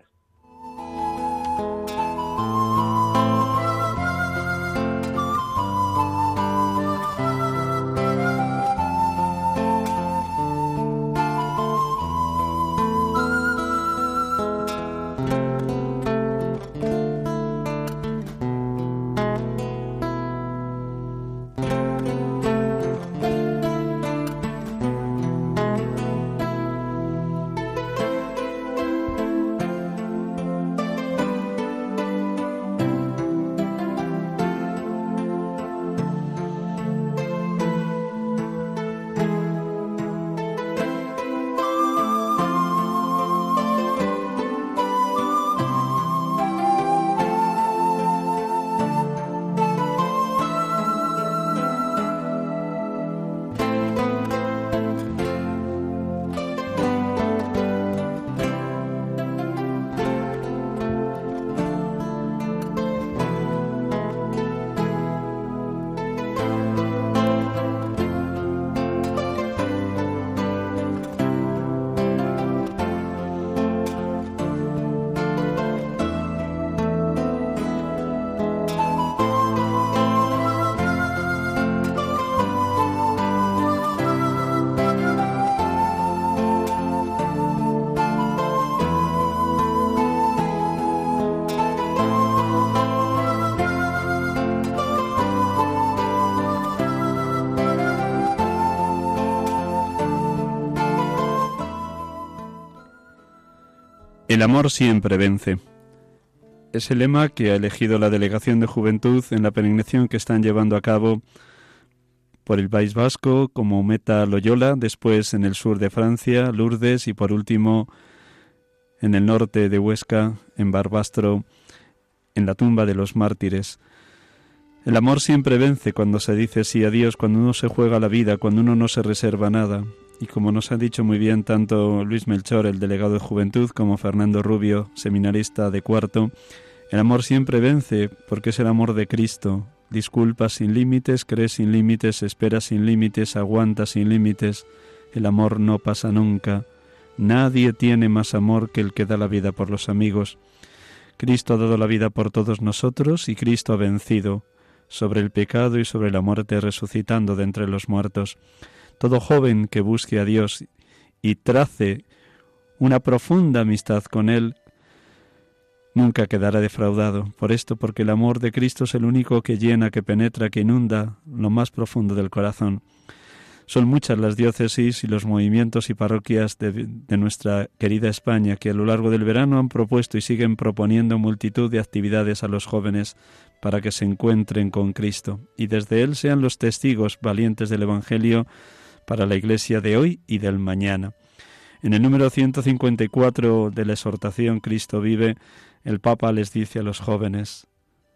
El amor siempre vence. Es el lema que ha elegido la Delegación de Juventud en la peregrinación que están llevando a cabo por el País Vasco, como meta Loyola, después en el sur de Francia, Lourdes, y por último en el norte de Huesca, en Barbastro, en la tumba de los mártires. El amor siempre vence cuando se dice sí a Dios, cuando uno se juega la vida, cuando uno no se reserva nada. Y como nos han dicho muy bien tanto Luis Melchor, el delegado de Juventud, como Fernando Rubio, seminarista de cuarto, el amor siempre vence porque es el amor de Cristo. Disculpa sin límites, cree sin límites, espera sin límites, aguanta sin límites. El amor no pasa nunca. Nadie tiene más amor que el que da la vida por los amigos. Cristo ha dado la vida por todos nosotros y Cristo ha vencido sobre el pecado y sobre la muerte, resucitando de entre los muertos. Todo joven que busque a Dios y trace una profunda amistad con Él, nunca quedará defraudado. Por esto, porque el amor de Cristo es el único que llena, que penetra, que inunda lo más profundo del corazón. Son muchas las diócesis y los movimientos y parroquias de, de nuestra querida España que a lo largo del verano han propuesto y siguen proponiendo multitud de actividades a los jóvenes para que se encuentren con Cristo y desde Él sean los testigos valientes del Evangelio para la Iglesia de hoy y del mañana. En el número ciento cincuenta y cuatro de la exhortación Cristo vive, el Papa les dice a los jóvenes: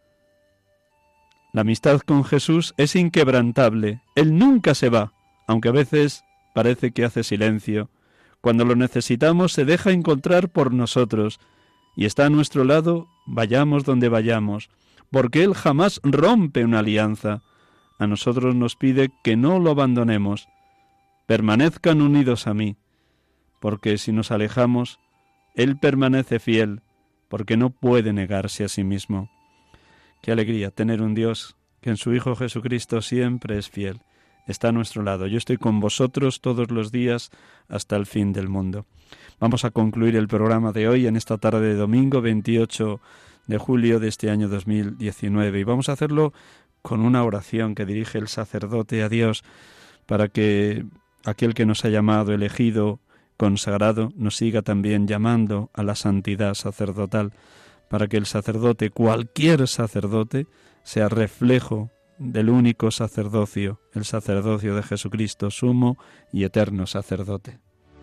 la amistad con Jesús es inquebrantable, Él nunca se va, aunque a veces parece que hace silencio. Cuando lo necesitamos se deja encontrar por nosotros y está a nuestro lado, vayamos donde vayamos, porque Él jamás rompe una alianza. A nosotros nos pide que no lo abandonemos. Permanezcan unidos a mí, porque si nos alejamos, Él permanece fiel, porque no puede negarse a sí mismo. Qué alegría tener un Dios que en su Hijo Jesucristo siempre es fiel. Está a nuestro lado. Yo estoy con vosotros todos los días hasta el fin del mundo. Vamos a concluir el programa de hoy en esta tarde de domingo veintiocho de julio de este año dos mil diecinueve y vamos a hacerlo con una oración que dirige el sacerdote a Dios para que aquel que nos ha llamado, elegido, consagrado, nos siga también llamando a la santidad sacerdotal, para que el sacerdote, cualquier sacerdote, sea reflejo del único sacerdocio, el sacerdocio de Jesucristo, sumo y eterno sacerdote.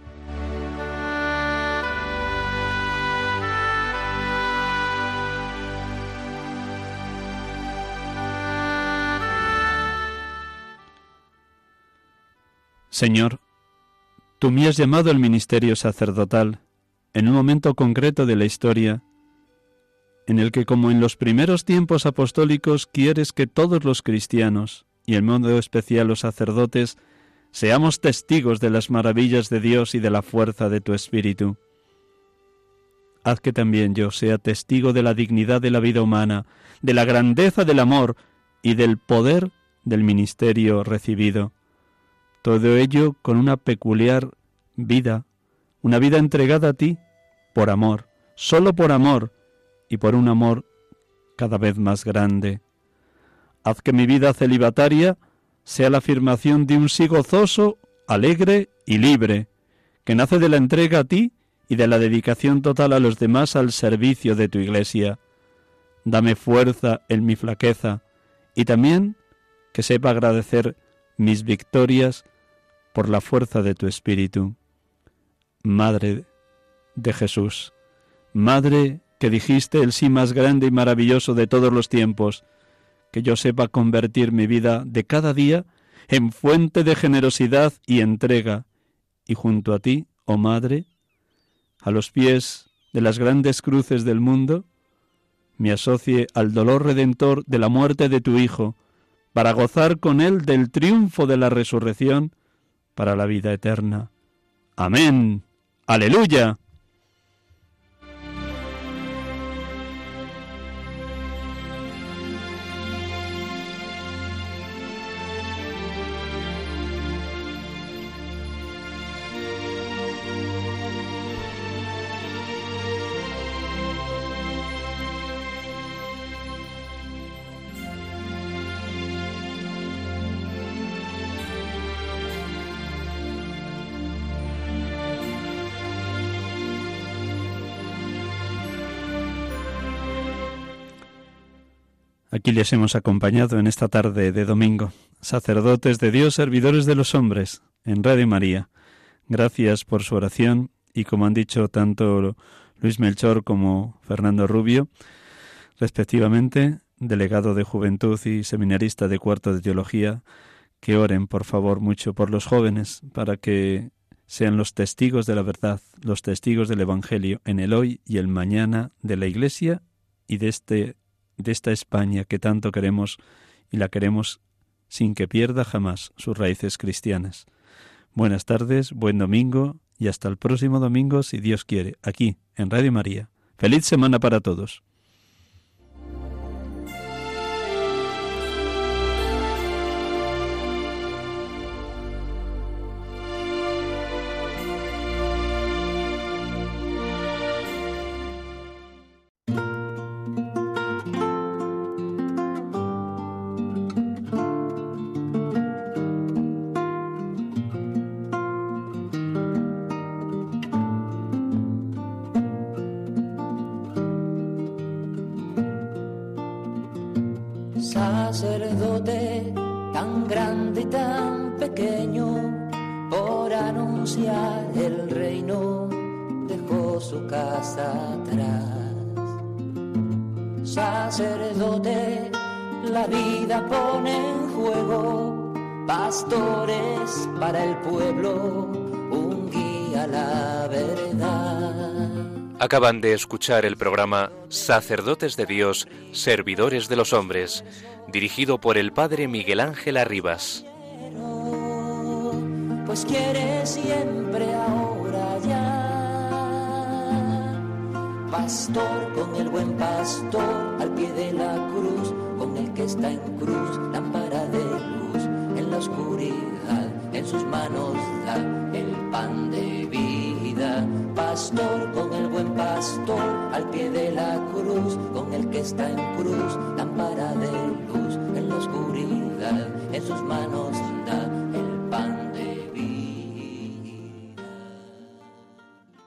Señor, tú me has llamado al ministerio sacerdotal en un momento concreto de la historia en el que, como en los primeros tiempos apostólicos, quieres que todos los cristianos, y en modo especial los sacerdotes, seamos testigos de las maravillas de Dios y de la fuerza de tu Espíritu. Haz que también yo sea testigo de la dignidad de la vida humana, de la grandeza del amor y del poder del ministerio recibido. Todo ello con una peculiar vida, una vida entregada a ti por amor, solo por amor, y por un amor cada vez más grande. Haz que mi vida celibataria sea la afirmación de un sí gozoso, alegre y libre, que nace de la entrega a ti y de la dedicación total a los demás al servicio de tu Iglesia. Dame fuerza en mi flaqueza y también que sepa agradecer mis victorias por la fuerza de tu Espíritu. Madre de Jesús, Madre que dijiste el sí más grande y maravilloso de todos los tiempos, que yo sepa convertir mi vida de cada día en fuente de generosidad y entrega, y junto a ti, oh Madre, a los pies de las grandes cruces del mundo, me asocie al dolor redentor de la muerte de tu Hijo, para gozar con Él del triunfo de la resurrección para la vida eterna. Amén. Aleluya. Aquí les hemos acompañado en esta tarde de domingo, sacerdotes de Dios, servidores de los hombres, en Radio María. Gracias por su oración y, como han dicho tanto Luis Melchor como Fernando Rubio, respectivamente, delegado de Juventud y seminarista de Cuarto de Teología, que oren, por favor, mucho por los jóvenes, para que sean los testigos de la verdad, los testigos del Evangelio en el hoy y el mañana de la Iglesia y de, este, de esta España que tanto queremos y la queremos sin que pierda jamás sus raíces cristianas. Buenas tardes, buen domingo y hasta el próximo domingo, si Dios quiere, aquí en Radio María. ¡Feliz semana para todos! Sacerdote tan grande y tan pequeño, por anunciar el reino dejó su casa atrás. Sacerdote, la vida pone en juego, pastores para el pueblo, un guía a la verdad. Acaban de escuchar el programa Sacerdotes de Dios, Servidores de los Hombres, dirigido por el Padre Miguel Ángel Arribas. Pues quiere siempre ahora ya, pastor con el buen pastor, al pie de la cruz, con el que está en cruz, lámpara de luz, en la oscuridad, en sus manos da el pan de vida. Pastor con el buen pastor, al pie de la cruz, con el que está en cruz, lámpara de luz, en la oscuridad, en sus manos da